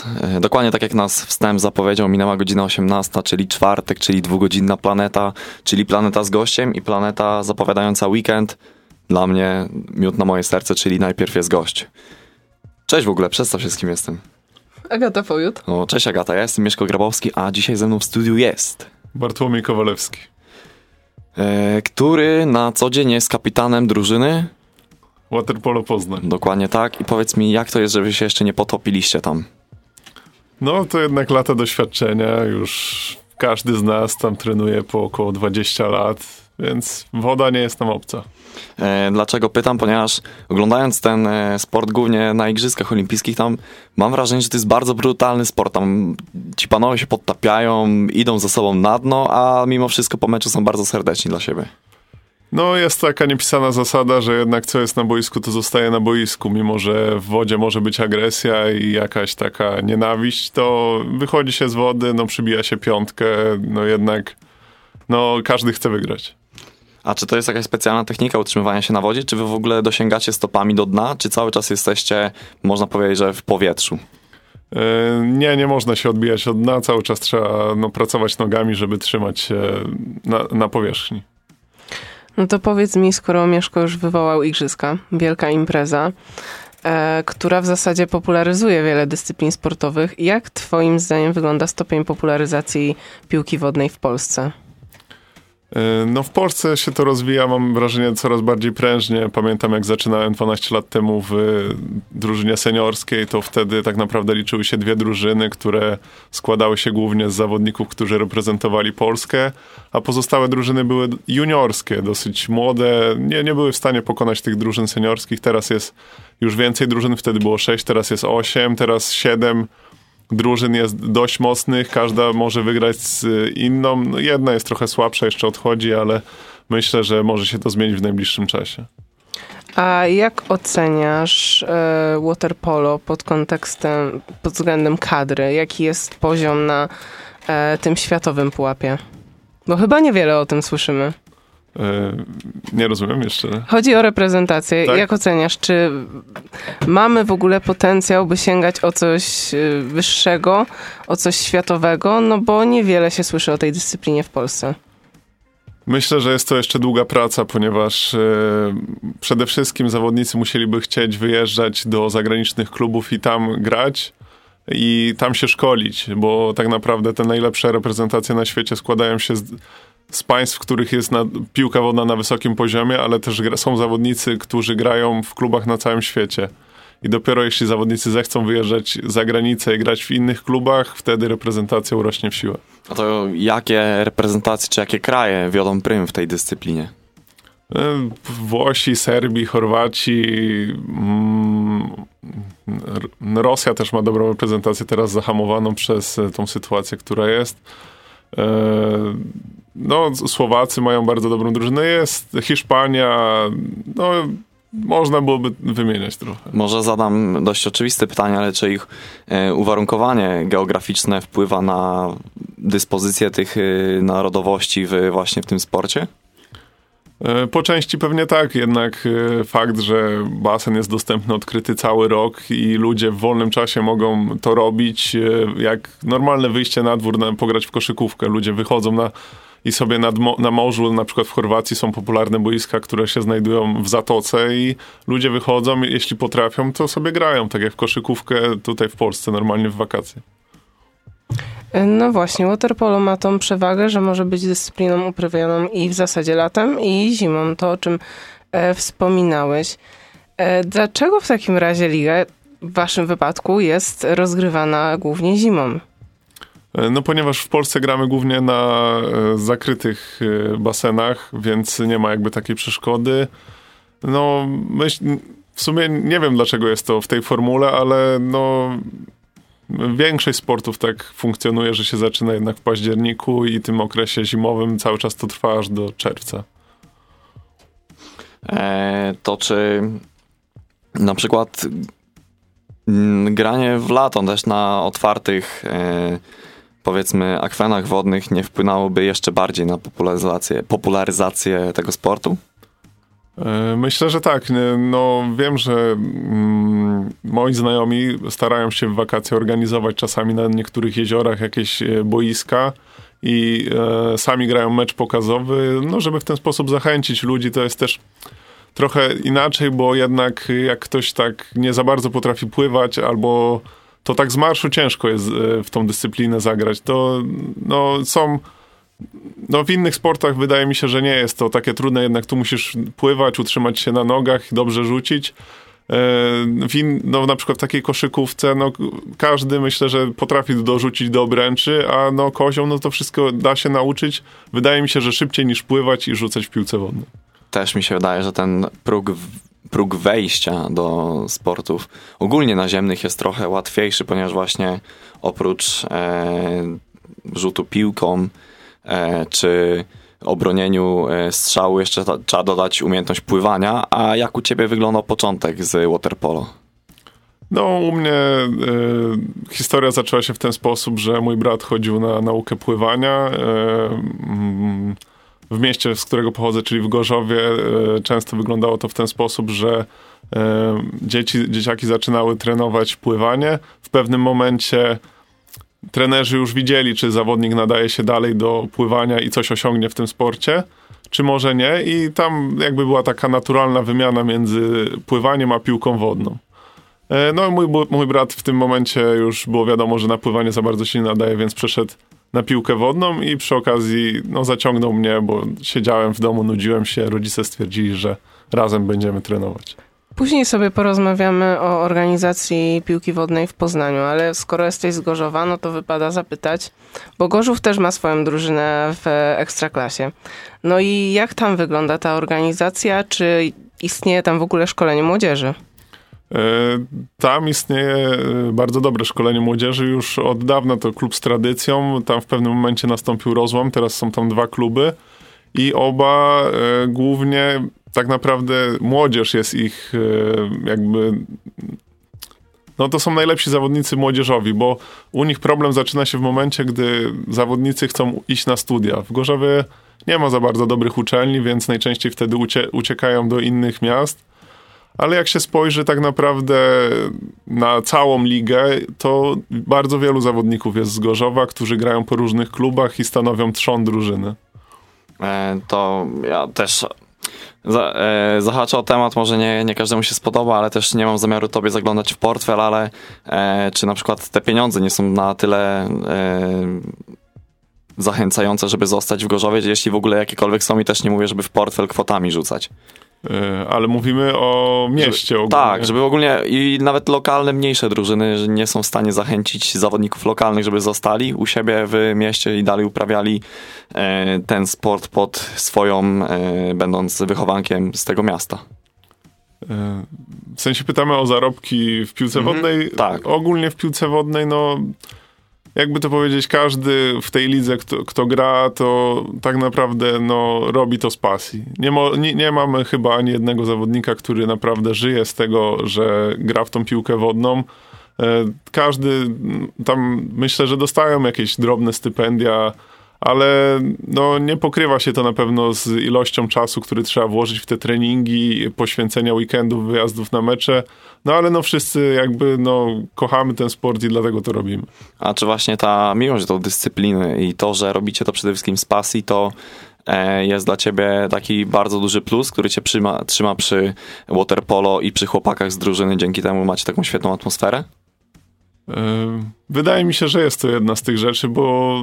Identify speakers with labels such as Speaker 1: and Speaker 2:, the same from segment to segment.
Speaker 1: Dokładnie tak jak nas wstęp zapowiedział, minęła godzina 18, czyli czwartek, czyli dwugodzinna planeta, czyli planeta z gościem i planeta zapowiadająca weekend. Dla mnie miód na moje serce, czyli najpierw jest gość. Cześć w ogóle, przedstaw się, z kim jestem.
Speaker 2: Agata Pojut.
Speaker 1: O, cześć Agata, ja jestem Mieszko Grabowski, a dzisiaj ze mną w studiu jest...
Speaker 3: Bartłomiej Kowalewski.
Speaker 1: Który na co dzień jest kapitanem drużyny?
Speaker 3: Waterpolo Poznań.
Speaker 1: Dokładnie tak. I powiedz mi, jak to jest, że wy się jeszcze nie potopiliście tam?
Speaker 3: No to jednak lata doświadczenia, już każdy z nas tam trenuje po około 20 lat, więc woda nie jest nam obca.
Speaker 1: Dlaczego pytam? Ponieważ oglądając ten sport głównie na Igrzyskach Olimpijskich, tam mam wrażenie, że to jest bardzo brutalny sport. Tam ci panowie się podtapiają, idą ze sobą na dno, a mimo wszystko po meczu są bardzo serdeczni dla siebie.
Speaker 3: No jest taka niepisana zasada, że jednak co jest na boisku, to zostaje na boisku. Mimo że w wodzie może być agresja i jakaś taka nienawiść, to wychodzi się z wody, no przybija się piątkę, no jednak no każdy chce wygrać.
Speaker 1: A czy to jest jakaś specjalna technika utrzymywania się na wodzie? Czy wy w ogóle dosięgacie stopami do dna? Czy cały czas jesteście, można powiedzieć, że w powietrzu?
Speaker 3: Nie można się odbijać od dna. Cały czas trzeba pracować nogami, żeby trzymać się na powierzchni.
Speaker 2: No to powiedz mi, skoro Mieszko już wywołał Igrzyska, wielka impreza, która w zasadzie popularyzuje wiele dyscyplin sportowych. Jak twoim zdaniem wygląda stopień popularyzacji piłki wodnej w Polsce?
Speaker 3: No w Polsce się to rozwija, mam wrażenie, coraz bardziej prężnie. Pamiętam, jak zaczynałem 12 lat temu w drużynie seniorskiej, to wtedy tak naprawdę liczyły się dwie drużyny, które składały się głównie z zawodników, którzy reprezentowali Polskę, a pozostałe drużyny były juniorskie, dosyć młode, nie były w stanie pokonać tych drużyn seniorskich. Teraz jest już więcej drużyn, wtedy było 6, teraz jest 8, teraz 7 drużyn jest dość mocnych, każda może wygrać z inną. No jedna jest trochę słabsza, jeszcze odchodzi, ale myślę, że może się to zmienić w najbliższym czasie.
Speaker 2: A jak oceniasz waterpolo pod względem kadry? Jaki jest poziom na tym światowym pułapie? Bo chyba niewiele o tym słyszymy.
Speaker 3: Nie rozumiem jeszcze.
Speaker 2: Chodzi o reprezentację.
Speaker 3: Tak?
Speaker 2: Jak oceniasz, czy mamy w ogóle potencjał, by sięgać o coś wyższego, o coś światowego? No bo niewiele się słyszy o tej dyscyplinie w Polsce.
Speaker 3: Myślę, że jest to jeszcze długa praca, ponieważ przede wszystkim zawodnicy musieliby chcieć wyjeżdżać do zagranicznych klubów i tam grać i tam się szkolić, bo tak naprawdę te najlepsze reprezentacje na świecie składają się z państw, w których jest piłka wodna na wysokim poziomie, ale też są zawodnicy, którzy grają w klubach na całym świecie. I dopiero jeśli zawodnicy zechcą wyjeżdżać za granicę i grać w innych klubach, wtedy reprezentacja urośnie w siłę.
Speaker 1: A to jakie reprezentacje, czy jakie kraje wiodą prym w tej dyscyplinie?
Speaker 3: Włosi, Serbii, Chorwaci, Rosja też ma dobrą reprezentację, teraz zahamowaną przez tą sytuację, która jest. No, Słowacy mają bardzo dobrą drużynę, jest Hiszpania, no można byłoby wymieniać trochę.
Speaker 1: Może zadam dość oczywiste pytanie, ale czy ich uwarunkowanie geograficzne wpływa na dyspozycję tych narodowości właśnie w tym sporcie?
Speaker 3: Po części pewnie tak, jednak fakt, że basen jest dostępny, odkryty cały rok i ludzie w wolnym czasie mogą to robić, jak normalne wyjście na dwór, pograć w koszykówkę. Ludzie wychodzą i sobie na morzu, na przykład w Chorwacji są popularne boiska, które się znajdują w zatoce i ludzie wychodzą, jeśli potrafią, to sobie grają, tak jak w koszykówkę tutaj w Polsce, normalnie w wakacje.
Speaker 2: No właśnie, waterpolo ma tą przewagę, że może być dyscypliną uprawianą i w zasadzie latem, i zimą, to o czym wspominałeś. Dlaczego w takim razie liga w waszym wypadku jest rozgrywana głównie zimą?
Speaker 3: No ponieważ w Polsce gramy głównie na zakrytych basenach, więc nie ma jakby takiej przeszkody. No w sumie nie wiem, dlaczego jest to w tej formule, ale no większość sportów tak funkcjonuje, że się zaczyna jednak w październiku i tym okresie zimowym cały czas to trwa aż do czerwca.
Speaker 1: To czy na przykład granie w lato też na otwartych powiedzmy akwenach wodnych nie wpłynęłoby jeszcze bardziej na popularyzację tego sportu?
Speaker 3: Myślę, że tak. No, wiem, że moi znajomi starają się w wakacje organizować czasami na niektórych jeziorach jakieś boiska i sami grają mecz pokazowy, no żeby w ten sposób zachęcić ludzi. To jest też trochę inaczej, bo jednak jak ktoś tak nie za bardzo potrafi pływać albo to tak z marszu ciężko jest w tą dyscyplinę zagrać, to no, są... No w innych sportach wydaje mi się, że nie jest to takie trudne, jednak tu musisz pływać, utrzymać się na nogach, dobrze rzucić. No na przykład w takiej koszykówce, no każdy myślę, że potrafi dorzucić do obręczy, a no kozioł, no to wszystko da się nauczyć. Wydaje mi się, że szybciej niż pływać i rzucać w piłce wodnej. Też mi się wydaje, że ten próg wejścia do sportów ogólnie naziemnych jest trochę łatwiejszy, ponieważ właśnie oprócz rzutu piłką czy obronieniu strzału jeszcze trzeba dodać umiejętność pływania. A jak u ciebie wyglądał początek z waterpolo? No u mnie historia zaczęła się w ten sposób, że mój brat chodził na naukę pływania. W mieście, z którego pochodzę, czyli w Gorzowie, często wyglądało to w ten sposób, że dzieciaki zaczynały trenować pływanie. W pewnym momencie trenerzy już widzieli, czy zawodnik nadaje się dalej do pływania i coś osiągnie w tym sporcie, czy może nie. I tam jakby była taka naturalna wymiana między pływaniem a piłką wodną. No mój brat w tym momencie już było wiadomo, że na pływanie za bardzo się nie nadaje, więc przeszedł na piłkę wodną i przy okazji zaciągnął mnie, bo siedziałem w domu, nudziłem się, rodzice stwierdzili, że razem będziemy trenować.
Speaker 2: Później sobie porozmawiamy o organizacji piłki wodnej w Poznaniu, ale skoro jesteś z Gorzowa, no to wypada zapytać, bo Gorzów też ma swoją drużynę w Ekstraklasie. No i jak tam wygląda ta organizacja? Czy istnieje tam w ogóle szkolenie młodzieży?
Speaker 3: Tam istnieje bardzo dobre szkolenie młodzieży. Już od dawna to klub z tradycją. Tam w pewnym momencie nastąpił rozłam. Teraz są tam 2 kluby i oba głównie tak naprawdę młodzież jest ich jakby... No to są najlepsi zawodnicy młodzieżowi, bo u nich problem zaczyna się w momencie, gdy zawodnicy chcą iść na studia. W Gorzowie nie ma za bardzo dobrych uczelni, więc najczęściej wtedy uciekają do innych miast. Ale jak się spojrzy tak naprawdę na całą ligę, to bardzo wielu zawodników jest z Gorzowa, którzy grają po różnych klubach i stanowią trzon drużyny. To ja też zahaczę o temat, może nie każdemu się spodoba, ale też nie mam zamiaru tobie zaglądać w portfel, ale czy na przykład te pieniądze nie są na tyle zachęcające, żeby zostać w Gorzowie, jeśli w ogóle jakiekolwiek są, i też nie mówię, żeby w portfel kwotami rzucać. Ale mówimy o mieście ogólnie. Tak, żeby ogólnie i nawet lokalne, mniejsze drużyny nie są w stanie zachęcić zawodników lokalnych, żeby zostali u siebie w mieście i dalej uprawiali ten sport pod swoją, będąc wychowankiem z tego miasta. W sensie pytamy o zarobki w piłce wodnej. Tak. Ogólnie w piłce wodnej, no jakby to powiedzieć, każdy w tej lidze, kto gra, to tak naprawdę robi to z pasji. Nie mamy chyba ani jednego zawodnika, który naprawdę żyje z tego, że gra w tą piłkę wodną. Każdy tam, myślę, że dostają jakieś drobne stypendia, ale nie pokrywa się to na pewno z ilością czasu, który trzeba włożyć w te treningi, poświęcenia weekendów, wyjazdów na mecze. Ale wszyscy jakby kochamy ten sport i dlatego to robimy. A czy właśnie ta miłość do dyscypliny i to, że robicie to przede wszystkim z pasji, to jest dla ciebie taki bardzo duży plus, który cię trzyma przy waterpolo i przy chłopakach z drużyny, dzięki temu macie taką świetną atmosferę? Wydaje mi się, że jest to jedna z tych rzeczy, bo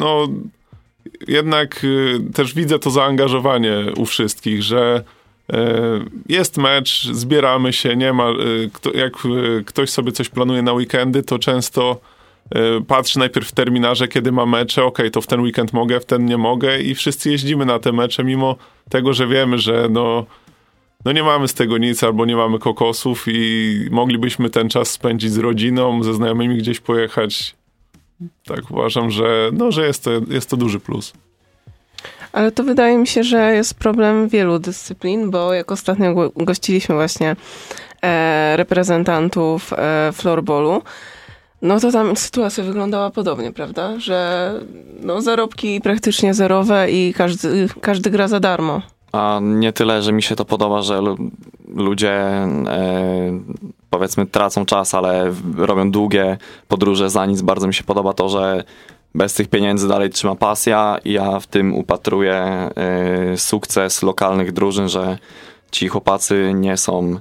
Speaker 3: jednak też widzę to zaangażowanie u wszystkich, że jest mecz, zbieramy się, nie ma, jak ktoś sobie coś planuje na weekendy, to często patrzy najpierw w terminarze, kiedy ma mecze, okej, to w ten weekend mogę, w ten nie mogę i wszyscy jeździmy na te mecze, mimo tego, że wiemy, że nie mamy z tego nic, albo nie mamy kokosów i moglibyśmy ten czas spędzić z rodziną, ze znajomymi gdzieś pojechać. Tak uważam, że jest to duży plus.
Speaker 2: Ale to wydaje mi się, że jest problem wielu dyscyplin, bo jak ostatnio gościliśmy właśnie reprezentantów floorballu, to tam sytuacja wyglądała podobnie, prawda? Że zarobki praktycznie zerowe i każdy gra za darmo.
Speaker 1: A nie tyle, że mi się to podoba, że ludzie powiedzmy tracą czas, ale robią długie podróże za nic. Bardzo mi się podoba to, że bez tych pieniędzy dalej trzyma pasja i ja w tym upatruję sukces lokalnych drużyn, że ci chłopacy nie są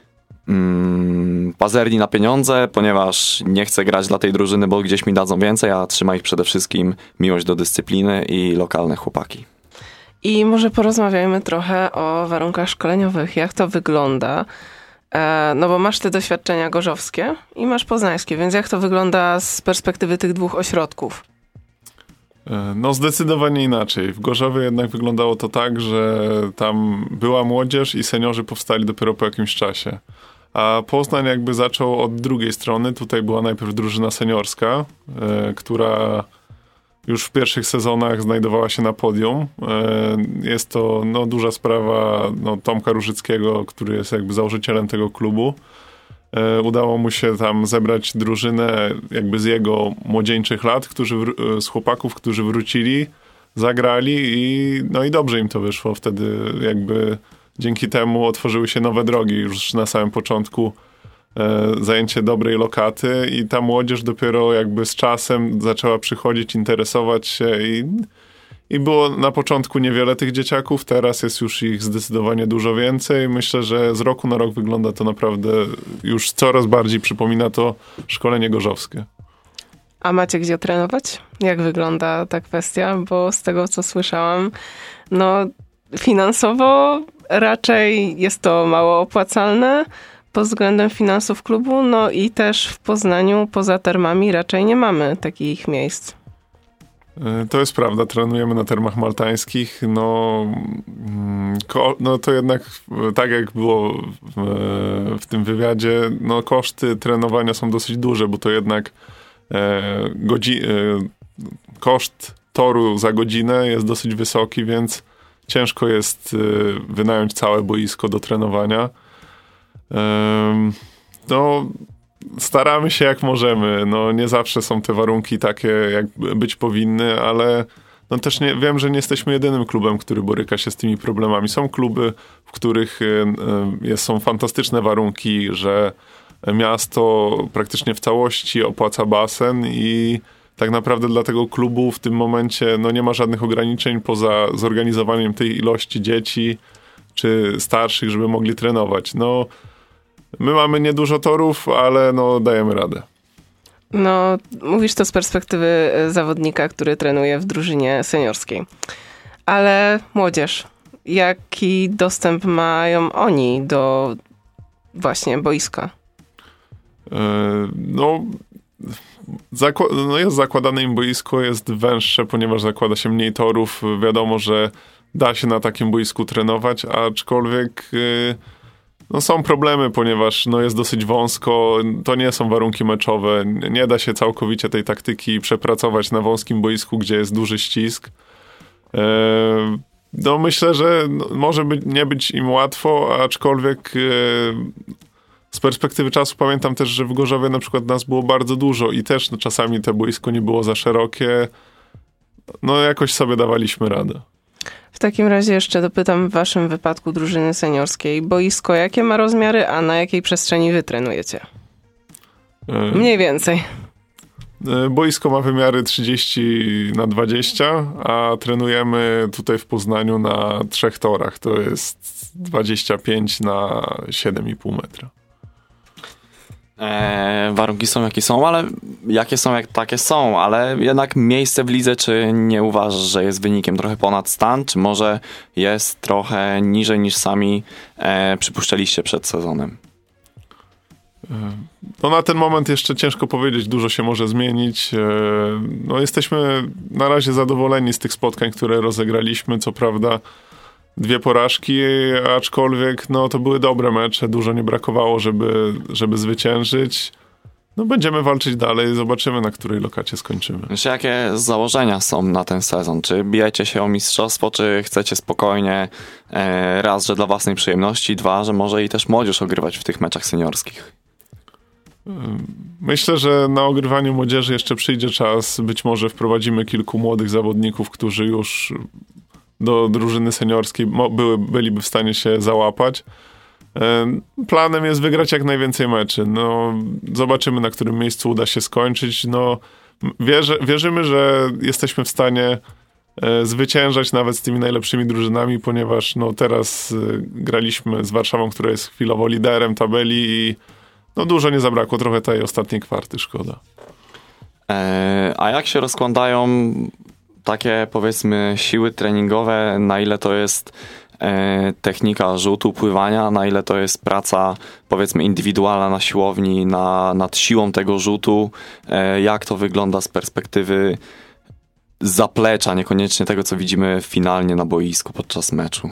Speaker 1: pazerni na pieniądze, ponieważ nie chcę grać dla tej drużyny, bo gdzieś mi dadzą więcej, a trzyma ich przede wszystkim miłość do dyscypliny i lokalne chłopaki.
Speaker 2: I może porozmawiajmy trochę o warunkach szkoleniowych. Jak to wygląda? No bo masz te doświadczenia gorzowskie i masz poznańskie, więc jak to wygląda z perspektywy tych dwóch ośrodków?
Speaker 3: No zdecydowanie inaczej. W Gorzowie jednak wyglądało to tak, że tam była młodzież i seniorzy powstali dopiero po jakimś czasie. A Poznań jakby zaczął od drugiej strony. Tutaj była najpierw drużyna seniorska, która już w pierwszych sezonach znajdowała się na podium. Jest to duża sprawa Tomka Różyckiego, który jest jakby założycielem tego klubu. Udało mu się tam zebrać drużynę jakby z jego młodzieńczych lat, z chłopaków, którzy wrócili, zagrali i dobrze im to wyszło. Wtedy jakby dzięki temu otworzyły się nowe drogi już na samym początku. Zajęcie dobrej lokaty i ta młodzież dopiero jakby z czasem zaczęła przychodzić, interesować się i było na początku niewiele tych dzieciaków, teraz jest już ich zdecydowanie dużo więcej. Myślę, że z roku na rok wygląda to naprawdę, już coraz bardziej przypomina to szkolenie gorzowskie.
Speaker 2: A macie gdzie trenować? Jak wygląda ta kwestia? Bo z tego, co słyszałam, finansowo raczej jest to mało opłacalne pod względem finansów klubu, i też w Poznaniu poza termami raczej nie mamy takich miejsc.
Speaker 3: To jest prawda, trenujemy na termach maltańskich. To jednak tak jak było w tym wywiadzie, koszty trenowania są dosyć duże, bo to jednak koszt toru za godzinę jest dosyć wysoki, więc ciężko jest wynająć całe boisko do trenowania. Staramy się jak możemy. Nie zawsze są te warunki takie, jak być powinny, ale też wiem, że nie jesteśmy jedynym klubem, który boryka się z tymi problemami. Są kluby, w których są fantastyczne warunki, że miasto praktycznie w całości opłaca basen i tak naprawdę dla tego klubu w tym momencie nie ma żadnych ograniczeń poza zorganizowaniem tej ilości dzieci czy starszych, żeby mogli trenować. My mamy niedużo torów, ale dajemy radę.
Speaker 2: Mówisz to z perspektywy zawodnika, który trenuje w drużynie seniorskiej. Ale młodzież, jaki dostęp mają oni do właśnie boiska?
Speaker 3: Jest zakładane im boisko, jest węższe, ponieważ zakłada się mniej torów. Wiadomo, że da się na takim boisku trenować, aczkolwiek są problemy, ponieważ jest dosyć wąsko, to nie są warunki meczowe, nie da się całkowicie tej taktyki przepracować na wąskim boisku, gdzie jest duży ścisk. Myślę, że może nie być im łatwo, aczkolwiek z perspektywy czasu pamiętam też, że w Gorzowie na przykład nas było bardzo dużo i też czasami to boisko nie było za szerokie. Jakoś sobie dawaliśmy radę.
Speaker 2: W takim razie jeszcze dopytam w waszym wypadku drużyny seniorskiej. Boisko jakie ma rozmiary, a na jakiej przestrzeni wy trenujecie? Mniej więcej.
Speaker 3: Boisko ma wymiary 30x20, a trenujemy tutaj w Poznaniu na 3 torach. To jest 25x7,5 metra.
Speaker 1: Warunki są jakie są, ale takie są, ale jednak miejsce w lidze, czy nie uważasz, że jest wynikiem trochę ponad stan, czy może jest trochę niżej niż sami przypuszczaliście przed sezonem?
Speaker 3: Na ten moment jeszcze ciężko powiedzieć, dużo się może zmienić. Jesteśmy na razie zadowoleni z tych spotkań, które rozegraliśmy, co prawda 2 porażki, aczkolwiek to były dobre mecze, dużo nie brakowało, żeby zwyciężyć. Będziemy walczyć dalej, zobaczymy, na której lokacie skończymy.
Speaker 1: Jakie założenia są na ten sezon? Czy bijecie się o mistrzostwo, czy chcecie spokojnie raz, że dla własnej przyjemności, 2, że może i też młodzież ogrywać w tych meczach seniorskich?
Speaker 3: Myślę, że na ogrywanie młodzieży jeszcze przyjdzie czas. Być może wprowadzimy kilku młodych zawodników, którzy już do drużyny seniorskiej byliby w stanie się załapać. Planem jest wygrać jak najwięcej meczy. No, zobaczymy, na którym miejscu uda się skończyć. No, wierzymy, że jesteśmy w stanie zwyciężać nawet z tymi najlepszymi drużynami, ponieważ no, teraz graliśmy z Warszawą, która jest chwilowo liderem tabeli i no, dużo nie zabrakło, trochę tej ostatniej kwarty, szkoda.
Speaker 1: A jak się rozkładają takie, powiedzmy, siły treningowe, na ile to jest technika rzutu, pływania, na ile to jest praca, powiedzmy, indywidualna na siłowni, nad siłą tego rzutu, jak to wygląda z perspektywy zaplecza, niekoniecznie tego, co widzimy finalnie na boisku podczas meczu?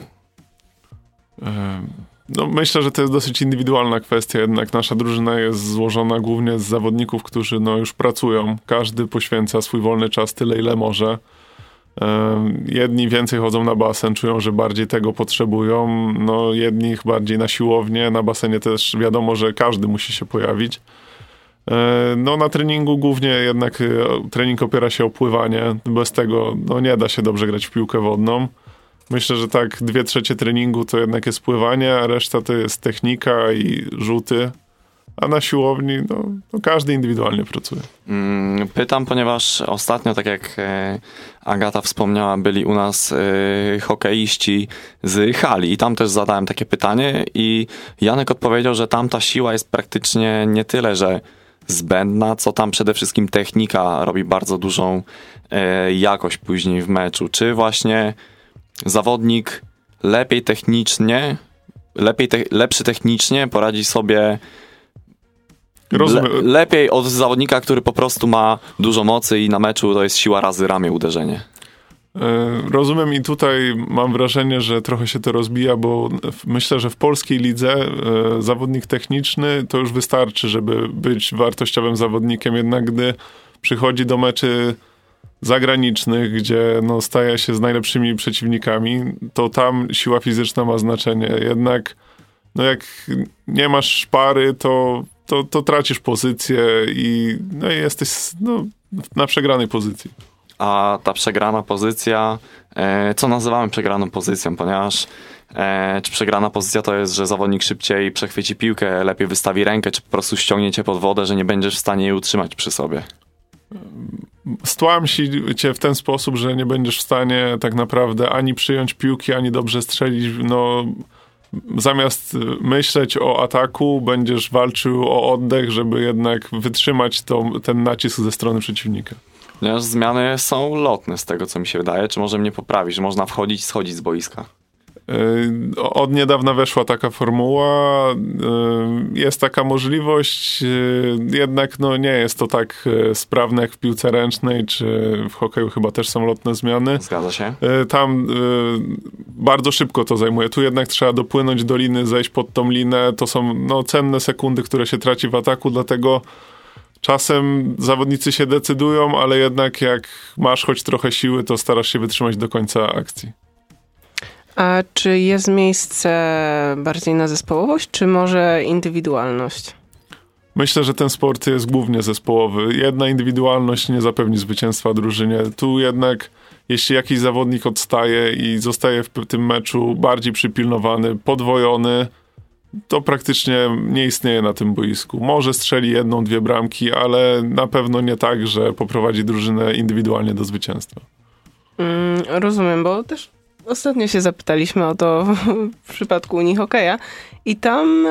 Speaker 3: No, myślę, że to jest dosyć indywidualna kwestia, jednak nasza drużyna jest złożona głównie z zawodników, którzy no, już pracują. Każdy poświęca swój wolny czas tyle, ile może. Jedni więcej chodzą na basen, czują, że bardziej tego potrzebują. No, jedni bardziej na siłownię, na basenie też wiadomo, że każdy musi się pojawić. No, na treningu głównie jednak trening opiera się o pływanie. Bez tego no, nie da się dobrze grać w piłkę wodną. Myślę, że tak 2/3 treningu to jednak jest pływanie, a reszta to jest technika i rzuty. A na siłowni no każdy indywidualnie pracuje.
Speaker 1: Pytam, ponieważ ostatnio, tak jak Agata wspomniała, byli u nas hokeiści z hali i tam też zadałem takie pytanie i Janek odpowiedział, że tam ta siła jest praktycznie nie tyle, że zbędna, co tam przede wszystkim technika robi bardzo dużą jakość później w meczu. Czy właśnie zawodnik lepszy technicznie poradzi sobie lepiej od zawodnika, który po prostu ma dużo mocy i na meczu to jest siła razy ramię uderzenie?
Speaker 3: Rozumiem i tutaj mam wrażenie, że trochę się to rozbija, bo myślę, że w polskiej lidze zawodnik techniczny to już wystarczy, żeby być wartościowym zawodnikiem, jednak gdy przychodzi do meczy zagranicznych, gdzie no, staje się z najlepszymi przeciwnikami, to tam siła fizyczna ma znaczenie. Jednak no, jak nie masz szpary, to tracisz pozycję i no, jesteś no, na przegranej pozycji.
Speaker 1: A ta przegrana pozycja, co nazywamy przegraną pozycją, ponieważ czy przegrana pozycja to jest, że zawodnik szybciej przechwyci piłkę, lepiej wystawi rękę, czy po prostu ściągnie cię pod wodę, że nie będziesz w stanie jej utrzymać przy sobie?
Speaker 3: Stłamsi cię w ten sposób, że nie będziesz w stanie tak naprawdę ani przyjąć piłki, ani dobrze strzelić. No, zamiast myśleć o ataku, będziesz walczył o oddech, żeby jednak wytrzymać ten nacisk ze strony przeciwnika.
Speaker 1: Ponieważ zmiany są lotne z tego, co mi się wydaje. Czy może mnie poprawić, że można wchodzić i schodzić z boiska?
Speaker 3: Od niedawna weszła taka formuła, jest taka możliwość, jednak no nie jest to tak sprawne jak w piłce ręcznej, czy w hokeju chyba też są lotne zmiany.
Speaker 1: Zgadza się.
Speaker 3: Tam bardzo szybko to zajmuje. Tu jednak trzeba dopłynąć do liny, zejść pod tą linę. To są no, cenne sekundy, które się traci w ataku, dlatego czasem zawodnicy się decydują, ale jednak jak masz choć trochę siły, to starasz się wytrzymać do końca akcji.
Speaker 2: A czy jest miejsce bardziej na zespołowość, czy może indywidualność?
Speaker 3: Myślę, że ten sport jest głównie zespołowy. Jedna indywidualność nie zapewni zwycięstwa drużynie. Tu jednak, jeśli jakiś zawodnik odstaje i zostaje w tym meczu bardziej przypilnowany, podwojony, to praktycznie nie istnieje na tym boisku. Może strzeli 1-2 bramki, ale na pewno nie tak, że poprowadzi drużynę indywidualnie do zwycięstwa.
Speaker 2: Rozumiem, bo też ostatnio się zapytaliśmy o to w przypadku Unihokeja i tam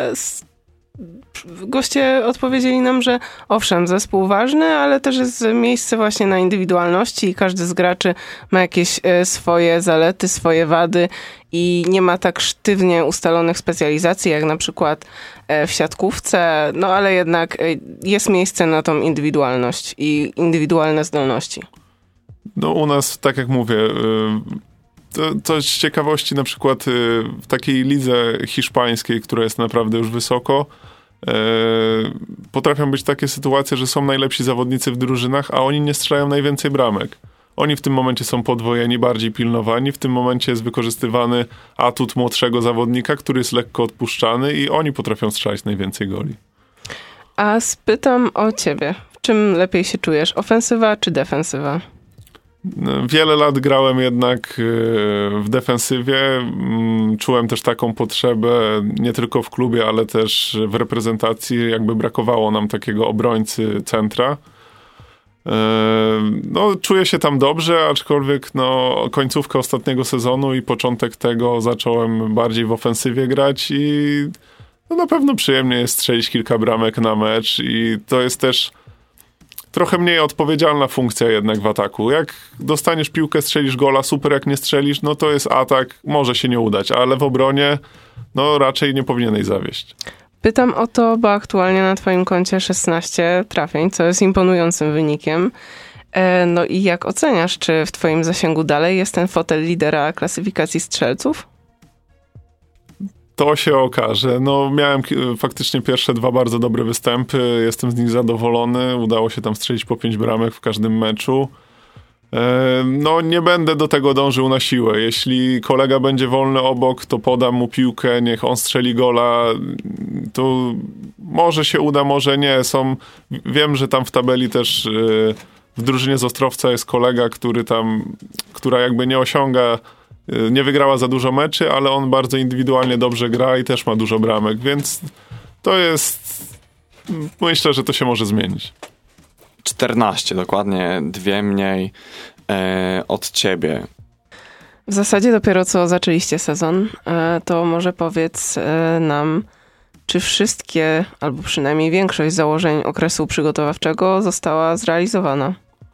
Speaker 2: goście odpowiedzieli nam, że owszem, zespół ważny, ale też jest miejsce właśnie na indywidualności i każdy z graczy ma jakieś swoje zalety, swoje wady i nie ma tak sztywnie ustalonych specjalizacji, jak na przykład w siatkówce, no ale jednak jest miejsce na tą indywidualność i indywidualne zdolności.
Speaker 3: No u nas, tak jak mówię, to z ciekawości na przykład w takiej lidze hiszpańskiej, która jest naprawdę już wysoko, potrafią być takie sytuacje, że są najlepsi zawodnicy w drużynach, a oni nie strzelają najwięcej bramek. Oni w tym momencie są podwojeni, bardziej pilnowani. W tym momencie jest wykorzystywany atut młodszego zawodnika, który jest lekko odpuszczany i oni potrafią strzelać najwięcej goli.
Speaker 2: A spytam o ciebie. W czym lepiej się czujesz? Ofensywa czy defensywa?
Speaker 3: Wiele lat grałem jednak w defensywie. Czułem też taką potrzebę, nie tylko w klubie, ale też w reprezentacji. Jakby brakowało nam takiego obrońcy centra. No, czuję się tam dobrze, aczkolwiek końcówka ostatniego sezonu i początek tego zacząłem bardziej w ofensywie grać i na pewno przyjemnie jest strzelić kilka bramek na mecz i to jest też trochę mniej odpowiedzialna funkcja jednak w ataku. Jak dostaniesz piłkę, strzelisz gola, super, jak nie strzelisz, no to jest atak, może się nie udać, ale w obronie raczej nie powinieneś zawieść.
Speaker 2: Pytam o to, bo aktualnie na twoim koncie 16 trafień, co jest imponującym wynikiem. No i jak oceniasz, czy w twoim zasięgu dalej jest ten fotel lidera klasyfikacji strzelców?
Speaker 3: To się okaże. Miałem faktycznie pierwsze 2 bardzo dobre występy. Jestem z nich zadowolony. Udało się tam strzelić po 5 bramek w każdym meczu. Nie będę do tego dążył na siłę. Jeśli kolega będzie wolny obok, to podam mu piłkę, niech on strzeli gola. To może się uda, może nie. Wiem, że tam w tabeli też w drużynie z Ostrowca jest kolega, która jakby nie osiąga, nie wygrała za dużo meczy, ale on bardzo indywidualnie dobrze gra i też ma dużo bramek, więc to jest... Myślę, że to się może zmienić.
Speaker 1: 14, dokładnie 2 mniej od ciebie.
Speaker 2: W zasadzie dopiero co zaczęliście sezon, to może powiedz nam, czy wszystkie, albo przynajmniej większość założeń okresu przygotowawczego została zrealizowana?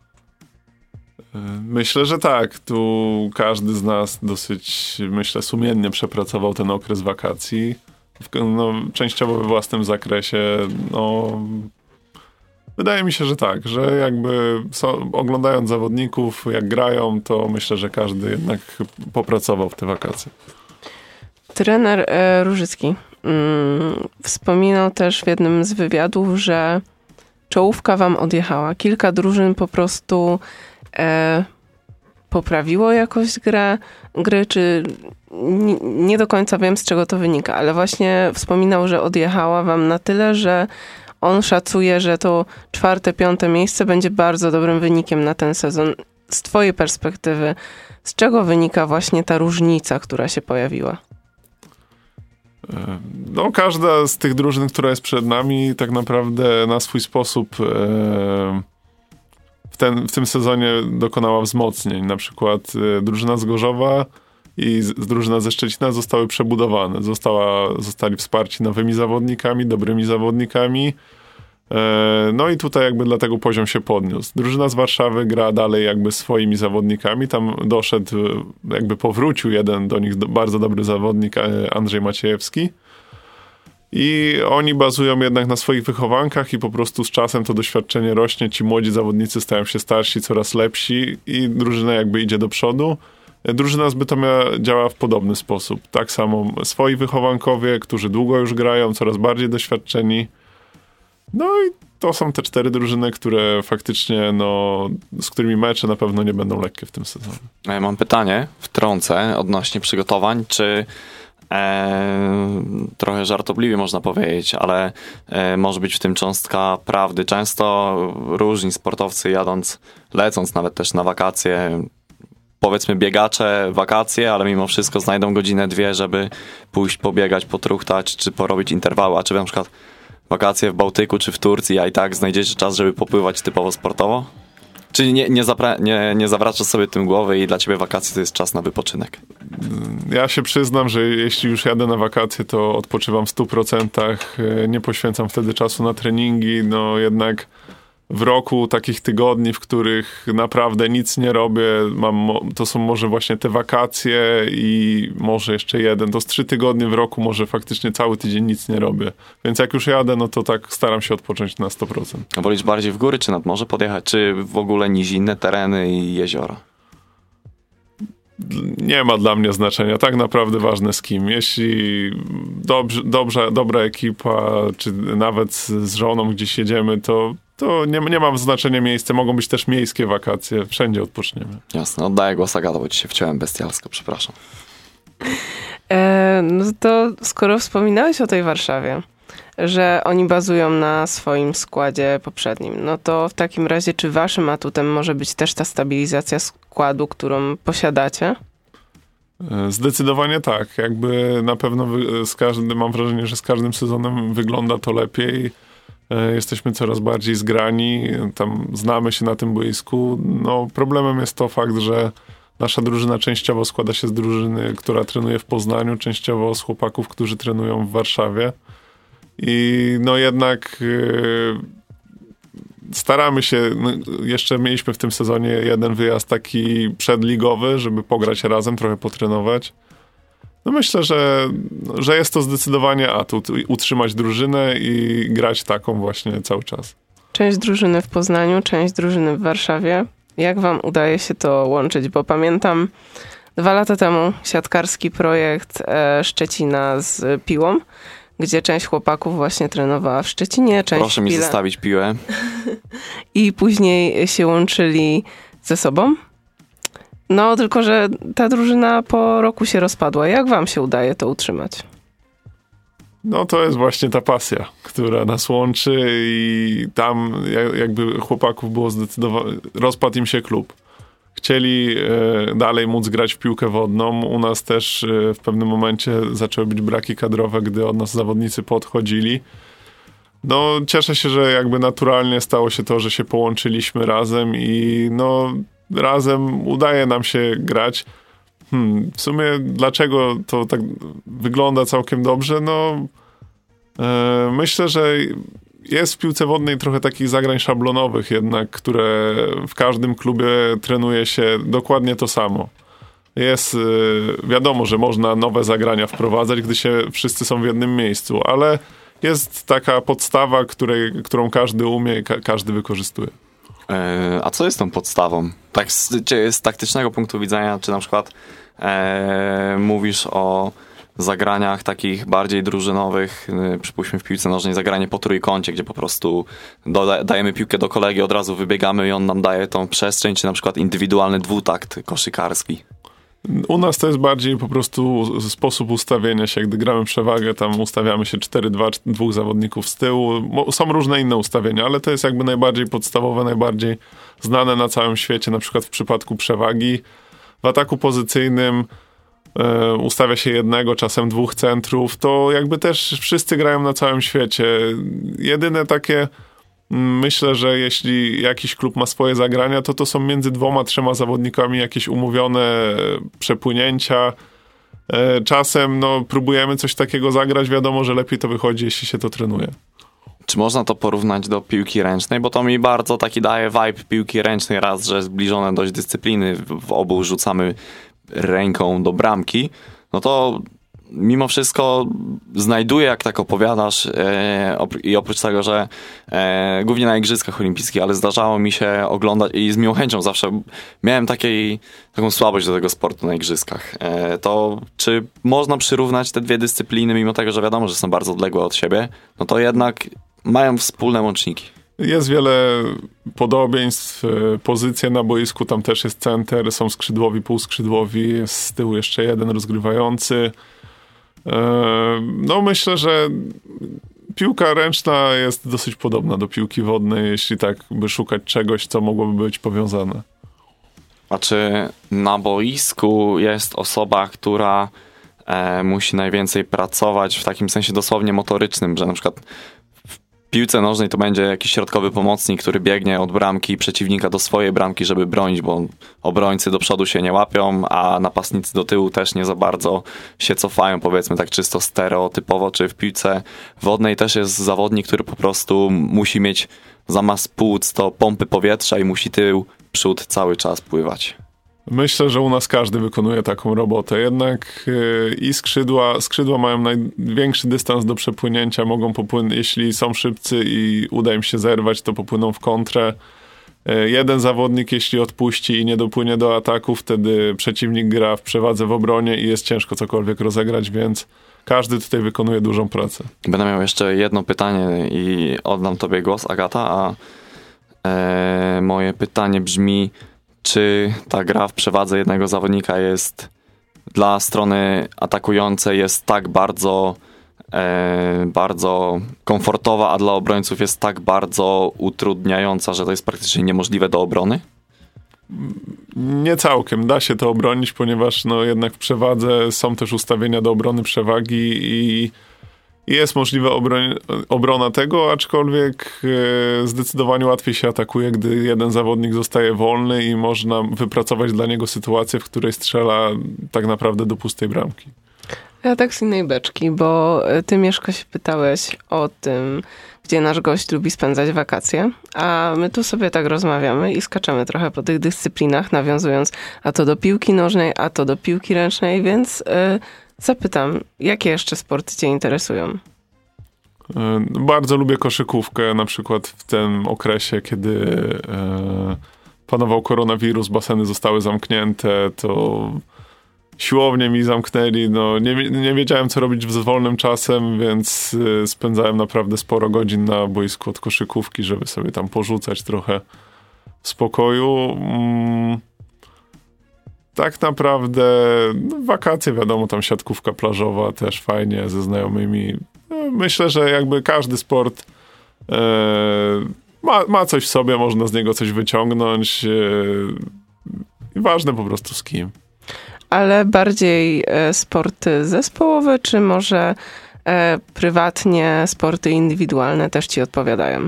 Speaker 3: Myślę, że tak. Tu każdy z nas dosyć, myślę, sumiennie przepracował ten okres wakacji. Częściowo we własnym zakresie. Wydaje mi się, że tak, że jakby oglądając zawodników, jak grają, to myślę, że każdy jednak popracował w te wakacje.
Speaker 2: Trener Różycki wspominał też w jednym z wywiadów, że czołówka wam odjechała. Kilka drużyn po prostu poprawiło jakość gry, czy nie do końca wiem, z czego to wynika, ale właśnie wspominał, że odjechała wam na tyle, że on szacuje, że to 4., 5. miejsce będzie bardzo dobrym wynikiem na ten sezon. Z twojej perspektywy, z czego wynika właśnie ta różnica, która się pojawiła?
Speaker 3: Każda z tych drużyn, która jest przed nami, tak naprawdę na swój sposób w tym sezonie dokonała wzmocnień. Na przykład drużyna z Gorzowa i drużyna ze Szczecina zostały przebudowane. Zostali wsparci nowymi zawodnikami, dobrymi zawodnikami. I tutaj jakby dlatego poziom się podniósł. Drużyna z Warszawy gra dalej jakby swoimi zawodnikami. Tam powrócił jeden do nich bardzo dobry zawodnik, Andrzej Maciejewski. I oni bazują jednak na swoich wychowankach i po prostu z czasem to doświadczenie rośnie. Ci młodzi zawodnicy stają się starsi, coraz lepsi i drużyna jakby idzie do przodu. Drużyna z Bytomia działa w podobny sposób. Tak samo swoi wychowankowie, którzy długo już grają, coraz bardziej doświadczeni. I to są te 4 drużyny, które faktycznie, z którymi mecze na pewno nie będą lekkie w tym sezonie.
Speaker 1: Ja mam pytanie, wtrącę, odnośnie przygotowań, czy trochę żartobliwie można powiedzieć, ale może być w tym cząstka prawdy. Często różni sportowcy lecąc nawet też na wakacje, powiedzmy biegacze, wakacje, ale mimo wszystko znajdą godzinę, 2, żeby pójść pobiegać, potruchtać, czy porobić interwały, a czy na przykład wakacje w Bałtyku, czy w Turcji, a i tak znajdziecie czas, żeby popływać typowo sportowo? Czyli nie zawracasz sobie tym głowy i dla ciebie wakacje to jest czas na wypoczynek?
Speaker 3: Ja się przyznam, że jeśli już jadę na wakacje, to odpoczywam w 100%. Nie poświęcam wtedy czasu na treningi. Jednak w roku takich tygodni, w których naprawdę nic nie robię, to są może właśnie te wakacje i może jeszcze jeden. To z 3 tygodnie w roku może faktycznie cały tydzień nic nie robię. Więc jak już jadę, to tak staram się odpocząć na 100%.
Speaker 1: A wolisz bardziej w góry czy nad morze podjechać, czy w ogóle nizinne tereny i jeziora?
Speaker 3: Nie ma dla mnie znaczenia. Tak naprawdę ważne z kim. Jeśli dobra ekipa, czy nawet z żoną gdzieś jedziemy, to nie ma znaczenia miejsce. Mogą być też miejskie wakacje. Wszędzie odpoczniemy. Jasne.
Speaker 1: Oddaję głos Agato, bo ci się wciąłem bestialsko. Przepraszam.
Speaker 2: To skoro wspominałeś o tej Warszawie, że oni bazują na swoim składzie poprzednim. No to w takim razie, czy waszym atutem może być też ta stabilizacja składu, którą posiadacie?
Speaker 3: Zdecydowanie tak. Jakby na pewno mam wrażenie, że z każdym sezonem wygląda to lepiej. Jesteśmy coraz bardziej zgrani, tam znamy się na tym boisku. No, problemem jest to fakt, że nasza drużyna częściowo składa się z drużyny, która trenuje w Poznaniu, częściowo z chłopaków, którzy trenują w Warszawie. I no jednak staramy się, jeszcze mieliśmy w tym sezonie jeden wyjazd taki przedligowy, żeby pograć razem, trochę potrenować. No myślę, że jest to zdecydowanie atut, utrzymać drużynę i grać taką właśnie cały czas.
Speaker 2: Część drużyny w Poznaniu, część drużyny w Warszawie. Jak wam udaje się to łączyć? Bo pamiętam 2 lata temu siatkarski projekt Szczecina z Piłą, gdzie część chłopaków właśnie trenowała w Szczecinie, część
Speaker 1: Proszę mi zostawić piłę.
Speaker 2: I później się łączyli ze sobą. No, tylko że ta drużyna po roku się rozpadła. Jak wam się udaje to utrzymać?
Speaker 3: No to jest właśnie ta pasja, która nas łączy i tam jakby chłopaków było zdecydowanie, rozpadł im się klub. Chcieli dalej móc grać w piłkę wodną. U nas też w pewnym momencie zaczęły być braki kadrowe, gdy od nas zawodnicy podchodzili. No cieszę się, że jakby naturalnie stało się to, że się połączyliśmy razem i no razem udaje nam się grać. W sumie dlaczego to tak wygląda całkiem dobrze? No myślę, że jest w piłce wodnej trochę takich zagrań szablonowych jednak, które w każdym klubie trenuje się dokładnie to samo. Jest wiadomo, że można nowe zagrania wprowadzać, gdy się wszyscy są w jednym miejscu, ale jest taka podstawa, którą każdy umie i każdy wykorzystuje.
Speaker 1: A co jest tą podstawą? Tak z taktycznego punktu widzenia, czy na przykład mówisz o zagraniach takich bardziej drużynowych, przypuśćmy w piłce nożnej zagranie po trójkącie, gdzie po prostu dajemy piłkę do kolegi, od razu wybiegamy i on nam daje tą przestrzeń, czy na przykład indywidualny dwutakt koszykarski?
Speaker 3: U nas to jest bardziej po prostu sposób ustawienia się. Gdy gramy przewagę, tam ustawiamy się 4-2, 2 zawodników z tyłu. Są różne inne ustawienia, ale to jest jakby najbardziej podstawowe, najbardziej znane na całym świecie, na przykład w przypadku przewagi. W ataku pozycyjnym ustawia się 1, czasem 2 centrów. To jakby też wszyscy grają na całym świecie. Jedyne takie, myślę, że jeśli jakiś klub ma swoje zagrania, to są między 2-3 zawodnikami jakieś umówione przepłynięcia. Czasem próbujemy coś takiego zagrać. Wiadomo, że lepiej to wychodzi, jeśli się to trenuje.
Speaker 1: Czy można to porównać do piłki ręcznej? Bo to mi bardzo taki daje vibe piłki ręcznej, raz, że zbliżone dość dyscypliny, w obu rzucamy ręką do bramki, no to mimo wszystko znajduję, jak tak opowiadasz, i oprócz tego, że głównie na Igrzyskach Olimpijskich, ale zdarzało mi się oglądać i z miłą chęcią zawsze miałem taką słabość do tego sportu na Igrzyskach. To czy można przyrównać te 2 dyscypliny, mimo tego, że wiadomo, że są bardzo odległe od siebie, no to jednak mają wspólne łączniki?
Speaker 3: Jest wiele podobieństw, pozycje na boisku, tam też jest center, są skrzydłowi, półskrzydłowi, jest z tyłu jeszcze jeden rozgrywający. No myślę, że piłka ręczna jest dosyć podobna do piłki wodnej, jeśli tak by szukać czegoś, co mogłoby być powiązane.
Speaker 1: A czy na boisku jest osoba, która musi najwięcej pracować w takim sensie dosłownie motorycznym, że na przykład w piłce nożnej to będzie jakiś środkowy pomocnik, który biegnie od bramki przeciwnika do swojej bramki, żeby bronić, bo obrońcy do przodu się nie łapią, a napastnicy do tyłu też nie za bardzo się cofają, powiedzmy tak czysto stereotypowo. Czy w piłce wodnej też jest zawodnik, który po prostu musi mieć zamiast płuc to pompy powietrza i musi tył, przód cały czas pływać?
Speaker 3: Myślę, że u nas każdy wykonuje taką robotę. Jednak i skrzydła mają największy dystans do przepłynięcia. Mogą popłynąć, jeśli są szybcy i uda im się zerwać, to popłyną w kontrę. Jeden zawodnik, jeśli odpuści i nie dopłynie do ataku, wtedy przeciwnik gra w przewadze w obronie i jest ciężko cokolwiek rozegrać, więc każdy tutaj wykonuje dużą pracę.
Speaker 1: Będę miał jeszcze jedno pytanie i oddam tobie głos, Agata, a moje pytanie brzmi: czy ta gra w przewadze jednego zawodnika jest dla strony atakującej jest tak bardzo bardzo komfortowa, a dla obrońców jest tak bardzo utrudniająca, że to jest praktycznie niemożliwe do obrony?
Speaker 3: Nie całkiem. Da się to obronić, ponieważ no jednak w przewadze są też ustawienia do obrony przewagi i jest możliwa obrona tego, aczkolwiek zdecydowanie łatwiej się atakuje, gdy jeden zawodnik zostaje wolny i można wypracować dla niego sytuację, w której strzela tak naprawdę do pustej bramki.
Speaker 2: Ja tak z innej beczki, bo ty, Mieszko, się pytałeś o tym, gdzie nasz gość lubi spędzać wakacje, a my tu sobie tak rozmawiamy i skaczemy trochę po tych dyscyplinach, nawiązując a to do piłki nożnej, a to do piłki ręcznej, więc zapytam, jakie jeszcze sporty cię interesują?
Speaker 3: Bardzo lubię koszykówkę, na przykład w tym okresie, kiedy panował koronawirus, baseny zostały zamknięte, to siłownie mi zamknęli, no nie wiedziałem, co robić z wolnym czasem, więc spędzałem naprawdę sporo godzin na boisku od koszykówki, żeby sobie tam porzucać trochę w spokoju. Tak naprawdę wakacje, wiadomo, tam siatkówka plażowa też fajnie ze znajomymi. Myślę, że jakby każdy sport ma coś w sobie, można z niego coś wyciągnąć. Ważne po prostu z kim. Ale
Speaker 2: bardziej sporty zespołowe, czy może prywatnie sporty indywidualne też ci odpowiadają?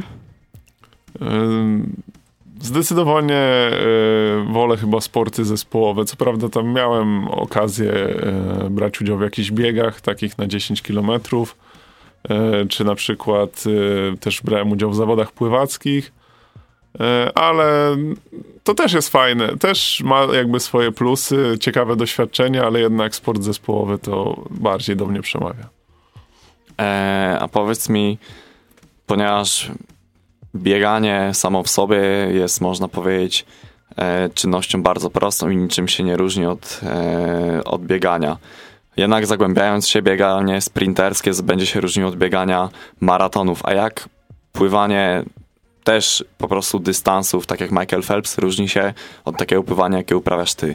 Speaker 3: Zdecydowanie wolę chyba sporty zespołowe. Co prawda tam miałem okazję brać udział w jakichś biegach, takich na 10 kilometrów, czy na przykład też brałem udział w zawodach pływackich, ale to też jest fajne. Też ma jakby swoje plusy, ciekawe doświadczenia, ale jednak sport zespołowy to bardziej do mnie przemawia.
Speaker 1: A powiedz mi, ponieważ bieganie samo w sobie jest, można powiedzieć, czynnością bardzo prostą i niczym się nie różni od biegania. Jednak zagłębiając się, bieganie sprinterskie będzie się różniło od biegania maratonów. A jak pływanie też po prostu dystansów, tak jak Michael Phelps, różni się od takiego pływania, jakie uprawiasz ty?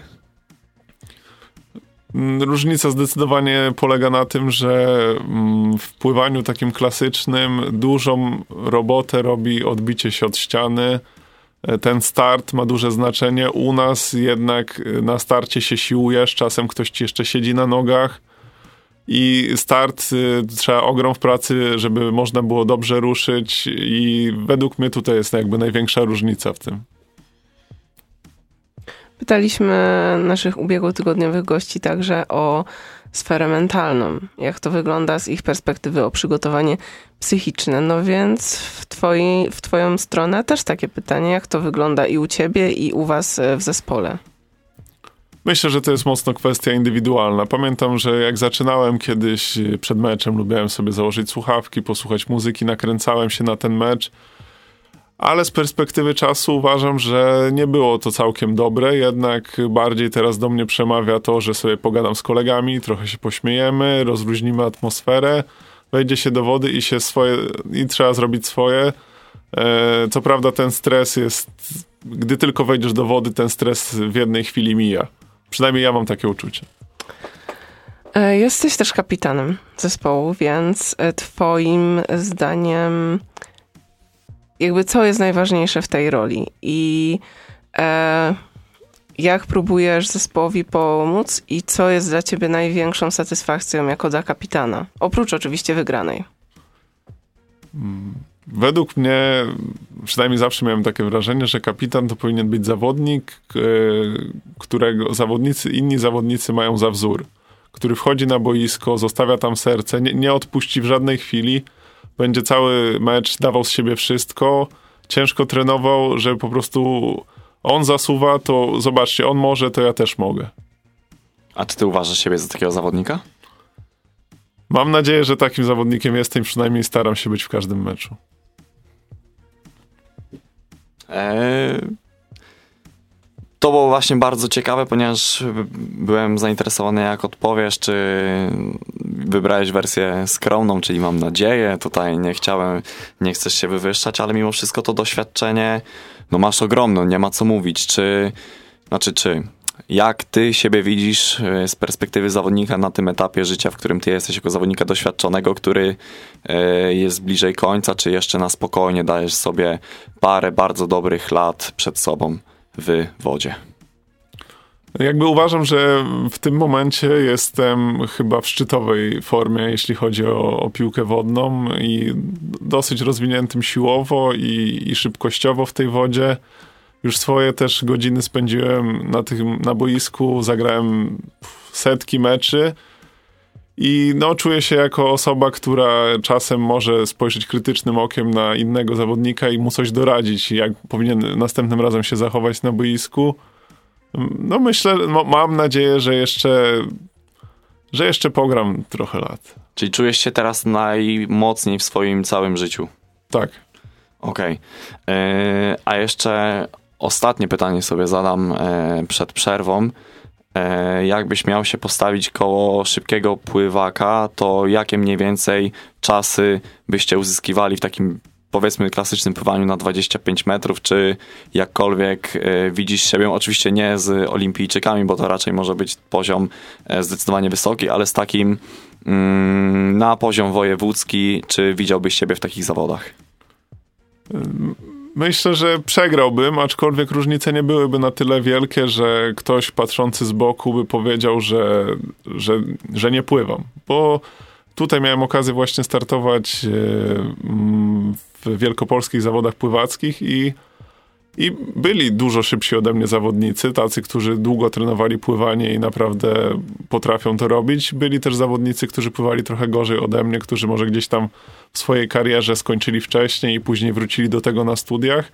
Speaker 3: Różnica zdecydowanie polega na tym, że w pływaniu takim klasycznym dużą robotę robi odbicie się od ściany. Ten start ma duże znaczenie. U nas jednak na starcie się siłujesz, czasem ktoś ci jeszcze siedzi na nogach i start trzeba ogrom w pracy, żeby można było dobrze ruszyć i według mnie tutaj jest jakby największa różnica w tym.
Speaker 2: Pytaliśmy naszych ubiegłotygodniowych gości także o sferę mentalną. Jak to wygląda z ich perspektywy, o przygotowanie psychiczne. No więc w twoją stronę też takie pytanie, jak to wygląda i u ciebie, i u was w zespole?
Speaker 3: Myślę, że to jest mocno kwestia indywidualna. Pamiętam, że jak zaczynałem kiedyś przed meczem, lubiłem sobie założyć słuchawki, posłuchać muzyki, nakręcałem się na ten mecz. Ale z perspektywy czasu uważam, że nie było to całkiem dobre, jednak bardziej teraz do mnie przemawia to, że sobie pogadam z kolegami, trochę się pośmiejemy, rozluźnimy atmosferę, wejdzie się do wody i trzeba zrobić swoje. Co prawda ten stres jest, gdy tylko wejdziesz do wody, ten stres w jednej chwili mija. Przynajmniej ja mam takie uczucie.
Speaker 2: Jesteś też kapitanem zespołu, więc twoim zdaniem jakby co jest najważniejsze w tej roli i jak próbujesz zespołowi pomóc i co jest dla ciebie największą satysfakcją jako dla kapitana? Oprócz oczywiście wygranej.
Speaker 3: Według mnie, przynajmniej zawsze miałem takie wrażenie, że kapitan to powinien być zawodnik, którego inni zawodnicy mają za wzór, który wchodzi na boisko, zostawia tam serce, nie odpuści w żadnej chwili, będzie cały mecz dawał z siebie wszystko, ciężko trenował, że po prostu on zasuwa, to zobaczcie, on może, to ja też mogę.
Speaker 1: A czy ty uważasz siebie za takiego zawodnika?
Speaker 3: Mam nadzieję, że takim zawodnikiem jestem, przynajmniej staram się być w każdym meczu.
Speaker 1: To było właśnie bardzo ciekawe, ponieważ byłem zainteresowany, jak odpowiesz, czy wybrałeś wersję skromną, czyli mam nadzieję, tutaj nie chcesz się wywyższać, ale mimo wszystko to doświadczenie, no masz ogromne, nie ma co mówić, Jak ty siebie widzisz z perspektywy zawodnika na tym etapie życia, w którym ty jesteś jako zawodnika doświadczonego, który jest bliżej końca, czy jeszcze na spokojnie dajesz sobie parę bardzo dobrych lat przed sobą w wodzie?
Speaker 3: Jakby uważam, że w tym momencie jestem chyba w szczytowej formie, jeśli chodzi o piłkę wodną i dosyć rozwiniętym siłowo i szybkościowo w tej wodzie. Już swoje też godziny spędziłem na boisku, zagrałem setki meczy i no, czuję się jako osoba, która czasem może spojrzeć krytycznym okiem na innego zawodnika i mu coś doradzić, jak powinien następnym razem się zachować na boisku. No myślę, mam nadzieję, że jeszcze pogram trochę lat.
Speaker 1: Czyli czujesz się teraz najmocniej w swoim całym życiu?
Speaker 3: Tak.
Speaker 1: Okej. A jeszcze ostatnie pytanie sobie zadam przed przerwą. Jakbyś miał się postawić koło szybkiego pływaka, to jakie mniej więcej czasy byście uzyskiwali w takim, powiedzmy, klasycznym pływaniu na 25 metrów, czy jakkolwiek widzisz siebie, oczywiście nie z olimpijczykami, bo to raczej może być poziom zdecydowanie wysoki, ale z takim na poziom wojewódzki, czy widziałbyś siebie w takich zawodach?
Speaker 3: Myślę, że przegrałbym, aczkolwiek różnice nie byłyby na tyle wielkie, że ktoś patrzący z boku by powiedział, że nie pływam. Bo tutaj miałem okazję właśnie startować w wielkopolskich zawodach pływackich i byli dużo szybsi ode mnie zawodnicy, tacy, którzy długo trenowali pływanie i naprawdę potrafią to robić. Byli też zawodnicy, którzy pływali trochę gorzej ode mnie, którzy może gdzieś tam w swojej karierze skończyli wcześniej i później wrócili do tego na studiach.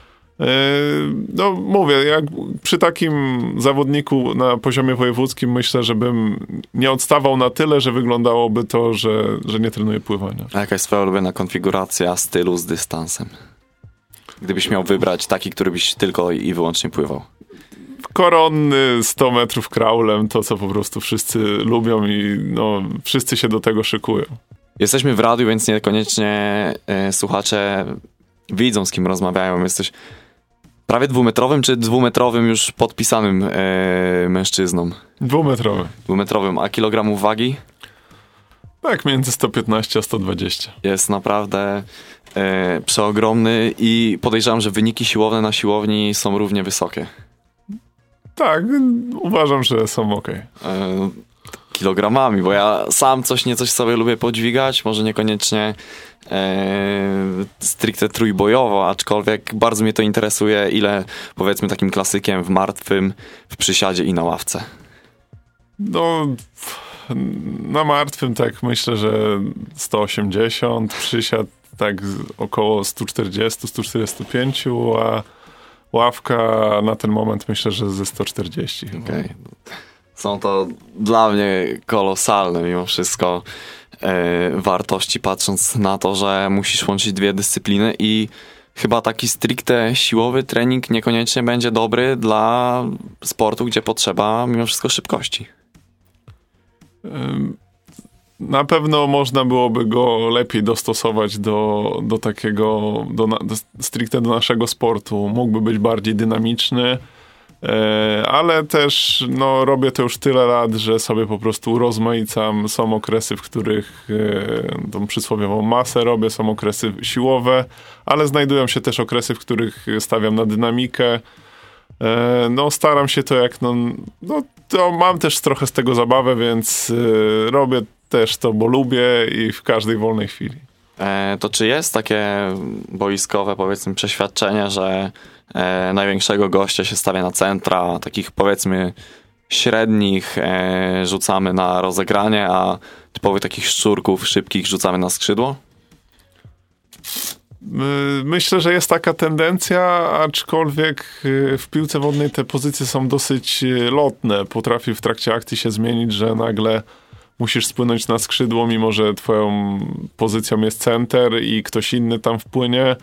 Speaker 3: No mówię, jak przy takim zawodniku na poziomie wojewódzkim myślę, że bym nie odstawał na tyle, że wyglądałoby to, że nie trenuję pływania.
Speaker 1: A jaka jest twoja ulubiona konfiguracja stylu z dystansem? Gdybyś miał wybrać taki, który byś tylko i wyłącznie pływał.
Speaker 3: Koronny 100 metrów kraulem, to co po prostu wszyscy lubią i no, wszyscy się do tego szykują.
Speaker 1: Jesteśmy w radiu, więc niekoniecznie słuchacze widzą, z kim rozmawiają. Jesteś prawie 2-metrowym, czy 2-metrowym już podpisanym mężczyzną?
Speaker 3: 2-metrowy.
Speaker 1: 2-metrowym, a kilogramów wagi?
Speaker 3: Tak, między 115 a 120.
Speaker 1: Jest naprawdę przeogromny i podejrzewam, że wyniki siłowne na siłowni są równie wysokie.
Speaker 3: Tak, uważam, że są okej.
Speaker 1: Kilogramami, bo ja sam coś sobie lubię podźwigać, może niekoniecznie stricte trójbojowo, aczkolwiek bardzo mnie to interesuje, ile powiedzmy takim klasykiem w martwym, w przysiadzie i na ławce.
Speaker 3: No, na martwym tak myślę, że 180, przysiad tak około 140-145, a ławka na ten moment myślę, że ze 140.
Speaker 1: Okej. Są to dla mnie kolosalne mimo wszystko wartości, patrząc na to, że musisz łączyć dwie dyscypliny i chyba taki stricte siłowy trening niekoniecznie będzie dobry dla sportu, gdzie potrzeba mimo wszystko szybkości.
Speaker 3: Na pewno można byłoby go lepiej dostosować do takiego, stricte do naszego sportu. Mógłby być bardziej dynamiczny, ale też no, robię to już tyle lat, że sobie po prostu urozmaicam. Są okresy, w których tą przysłowiową masę robię, są okresy siłowe, ale znajdują się też okresy, w których stawiam na dynamikę. No staram się to to mam też trochę z tego zabawę, więc robię też to, bo lubię i w każdej wolnej chwili.
Speaker 1: To czy jest takie boiskowe, powiedzmy, przeświadczenie, że największego gościa się stawia na centra, takich powiedzmy średnich rzucamy na rozegranie, a typowych takich szczurków szybkich rzucamy na skrzydło?
Speaker 3: Myślę, że jest taka tendencja, aczkolwiek w piłce wodnej te pozycje są dosyć lotne. Potrafi w trakcie akcji się zmienić, że nagle musisz spłynąć na skrzydło, mimo że twoją pozycją jest center i ktoś inny tam wpłynie.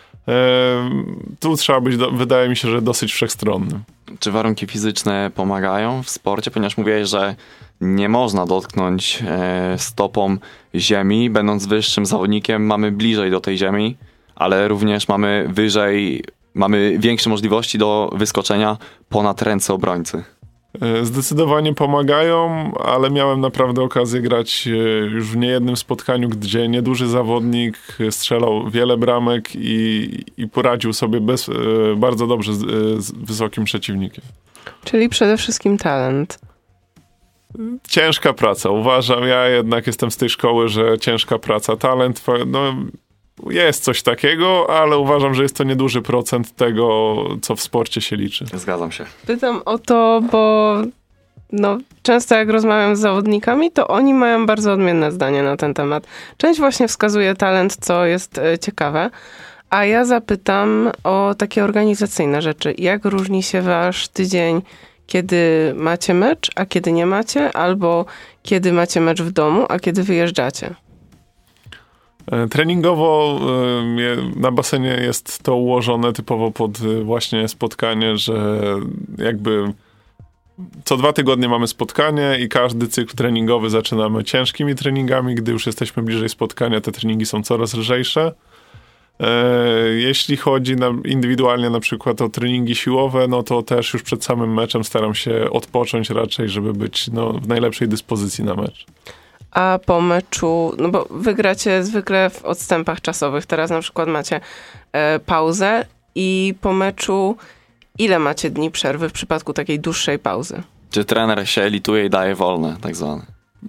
Speaker 3: Tu trzeba być, wydaje mi się, że dosyć wszechstronnym.
Speaker 1: Czy warunki fizyczne pomagają w sporcie? Ponieważ mówiłeś, że nie można dotknąć stopą ziemi. Będąc wyższym zawodnikiem mamy bliżej do tej ziemi, ale również mamy większe możliwości do wyskoczenia ponad ręce obrońcy.
Speaker 3: Zdecydowanie pomagają, ale miałem naprawdę okazję grać już w niejednym spotkaniu, gdzie nieduży zawodnik strzelał wiele bramek i poradził sobie bardzo dobrze z wysokim przeciwnikiem.
Speaker 2: Czyli przede wszystkim talent.
Speaker 3: Ciężka praca. Uważam, ja jednak jestem z tej szkoły, że ciężka praca, talent, no jest coś takiego, ale uważam, że jest to nieduży procent tego, co w sporcie się liczy.
Speaker 1: Zgadzam się.
Speaker 2: Pytam o to, bo często jak rozmawiam z zawodnikami, to oni mają bardzo odmienne zdanie na ten temat. Część właśnie wskazuje talent, co jest ciekawe, a ja zapytam o takie organizacyjne rzeczy. Jak różni się wasz tydzień, kiedy macie mecz, a kiedy nie macie, albo kiedy macie mecz w domu, a kiedy wyjeżdżacie?
Speaker 3: Treningowo na basenie jest to ułożone typowo pod właśnie spotkanie, że jakby co 2 tygodnie mamy spotkanie i każdy cykl treningowy zaczynamy ciężkimi treningami. Gdy już jesteśmy bliżej spotkania, te treningi są coraz lżejsze. Jeśli chodzi indywidualnie na przykład o treningi siłowe, no to też już przed samym meczem staram się odpocząć raczej, żeby być w najlepszej dyspozycji na mecz.
Speaker 2: A po meczu, bo wy gracie zwykle w odstępach czasowych, teraz na przykład macie pauzę i po meczu ile macie dni przerwy w przypadku takiej dłuższej pauzy?
Speaker 1: Czy trener się elituje i daje wolne, tak zwane?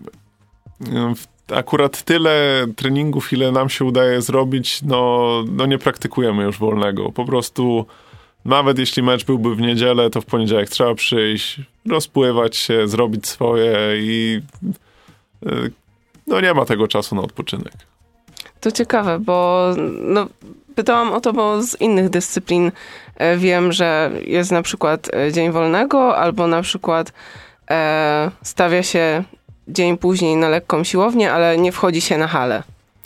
Speaker 3: Akurat tyle treningów, ile nam się udaje zrobić, no nie praktykujemy już wolnego. Po prostu nawet jeśli mecz byłby w niedzielę, to w poniedziałek trzeba przyjść, rozpływać się, zrobić swoje i nie ma tego czasu na odpoczynek.
Speaker 2: To ciekawe, bo pytałam o to, bo z innych dyscyplin wiem, że jest na przykład dzień wolnego, albo na przykład stawia się dzień później na lekką siłownię, ale nie wchodzi się na halę.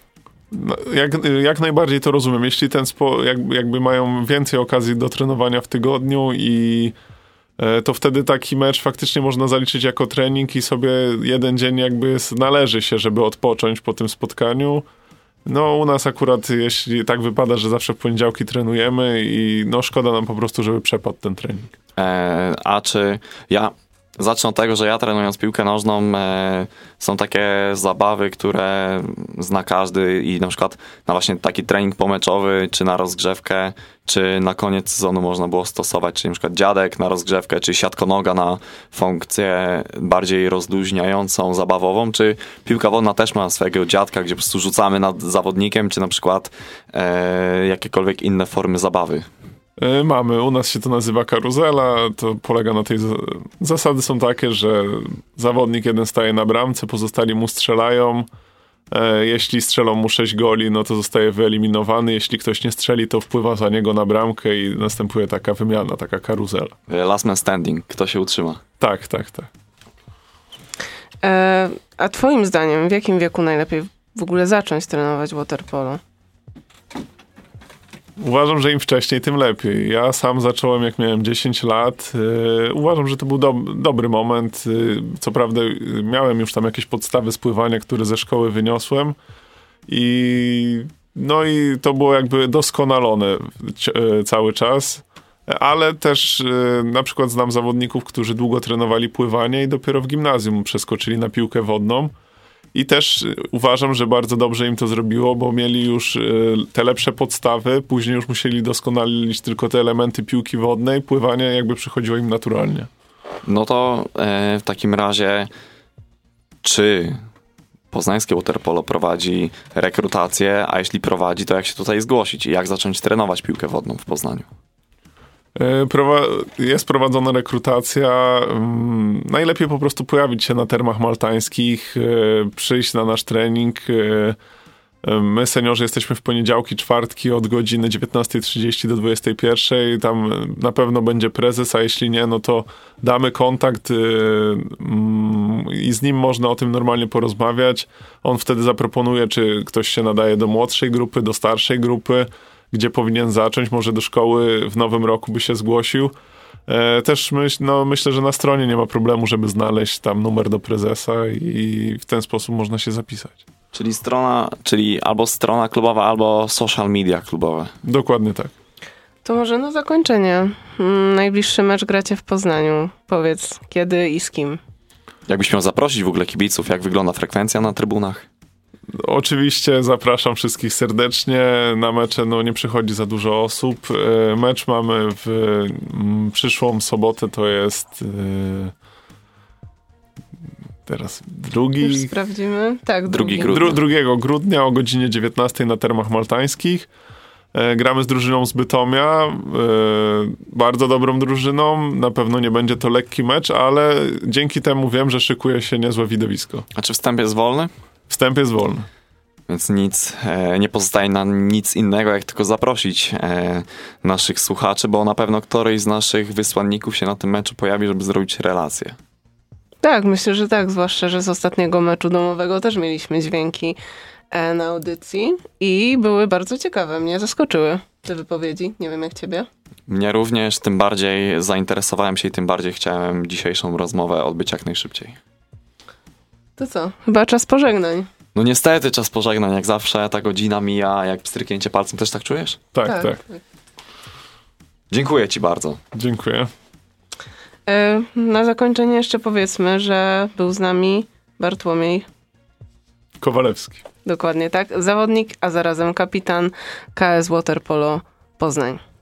Speaker 3: Jak najbardziej to rozumiem. Jeśli jakby mają więcej okazji do trenowania w tygodniu i to wtedy taki mecz faktycznie można zaliczyć jako trening i sobie jeden dzień jakby należy się, żeby odpocząć po tym spotkaniu. U nas akurat, jeśli tak wypada, że zawsze w poniedziałki trenujemy i szkoda nam po prostu, żeby przepadł ten trening.
Speaker 1: A czy zacznę od tego, że ja trenując piłkę nożną są takie zabawy, które zna każdy i na przykład na właśnie taki trening pomeczowy, czy na rozgrzewkę, czy na koniec sezonu można było stosować, czyli na przykład dziadek na rozgrzewkę, czy siatkonoga na funkcję bardziej rozluźniającą, zabawową, czy piłka wodna też ma swojego dziadka, gdzie po prostu rzucamy nad zawodnikiem, czy na przykład jakiekolwiek inne formy zabawy.
Speaker 3: Mamy, u nas się to nazywa karuzela, to polega na tej, zasady są takie, że zawodnik jeden staje na bramce, pozostali mu strzelają, jeśli strzelą mu 6 goli, no to zostaje wyeliminowany, jeśli ktoś nie strzeli, to wpływa za niego na bramkę i następuje taka wymiana, taka karuzela.
Speaker 1: Last man standing, kto się utrzyma.
Speaker 3: Tak.
Speaker 2: A twoim zdaniem, w jakim wieku najlepiej w ogóle zacząć trenować waterpolo?
Speaker 3: Uważam, że im wcześniej, tym lepiej. Ja sam zacząłem, jak miałem 10 lat. Uważam, że to był dobry moment. Co prawda miałem już tam jakieś podstawy spływania, które ze szkoły wyniosłem. I to było jakby doskonalone cały czas. Ale też na przykład znam zawodników, którzy długo trenowali pływanie i dopiero w gimnazjum przeskoczyli na piłkę wodną. I też uważam, że bardzo dobrze im to zrobiło, bo mieli już te lepsze podstawy, później już musieli doskonalić tylko te elementy piłki wodnej, pływanie jakby przychodziło im naturalnie.
Speaker 1: No to w takim razie, czy poznańskie waterpolo prowadzi rekrutację, a jeśli prowadzi, to jak się tutaj zgłosić i jak zacząć trenować piłkę wodną w Poznaniu?
Speaker 3: Jest prowadzona rekrutacja. Najlepiej po prostu pojawić się na termach maltańskich, przyjść na nasz trening. My, seniorzy, jesteśmy w poniedziałki, czwartki od godziny 19:30 do 21:00. Tam na pewno będzie prezes, a jeśli nie, no to damy kontakt i z nim można o tym normalnie porozmawiać. On wtedy zaproponuje, czy ktoś się nadaje do młodszej grupy, do starszej grupy, gdzie powinien zacząć, może do szkoły w nowym roku by się zgłosił. Też myślę, że na stronie nie ma problemu, żeby znaleźć tam numer do prezesa i w ten sposób można się zapisać.
Speaker 1: Czyli albo strona klubowa, albo social media klubowe.
Speaker 3: Dokładnie tak.
Speaker 2: To może na zakończenie. Najbliższy mecz gracie w Poznaniu. Powiedz, kiedy i z kim?
Speaker 1: Jakbyś miał zaprosić w ogóle kibiców, jak wygląda frekwencja na trybunach?
Speaker 3: Oczywiście zapraszam wszystkich serdecznie. Na mecze nie przychodzi za dużo osób. Mecz mamy w przyszłą sobotę, to jest teraz
Speaker 2: Już sprawdzimy. Tak,
Speaker 1: 2 grudnia.
Speaker 3: 2 grudnia o godzinie 19 na Termach Maltańskich. Gramy z drużyną z Bytomia, bardzo dobrą drużyną. Na pewno nie będzie to lekki mecz, ale dzięki temu wiem, że szykuje się niezłe widowisko.
Speaker 1: A czy wstęp jest wolny?
Speaker 3: Wstęp jest wolny.
Speaker 1: Więc nie pozostaje nam nic innego, jak tylko zaprosić naszych słuchaczy, bo na pewno któryś z naszych wysłanników się na tym meczu pojawi, żeby zrobić relację.
Speaker 2: Tak, myślę, że tak, zwłaszcza, że z ostatniego meczu domowego też mieliśmy dźwięki na audycji i były bardzo ciekawe. Mnie zaskoczyły te wypowiedzi. Nie wiem jak ciebie.
Speaker 1: Mnie również, tym bardziej zainteresowałem się i tym bardziej chciałem dzisiejszą rozmowę odbyć jak najszybciej.
Speaker 2: To co? Chyba czas pożegnań.
Speaker 1: No niestety czas pożegnań, jak zawsze ta godzina mija, jak pstryknięcie palcem. Też tak czujesz?
Speaker 3: Tak.
Speaker 1: Dziękuję ci bardzo.
Speaker 3: Dziękuję.
Speaker 2: Na zakończenie jeszcze powiedzmy, że był z nami Bartłomiej
Speaker 3: Kowalewski.
Speaker 2: Dokładnie tak. Zawodnik, a zarazem kapitan KS Waterpolo Poznań.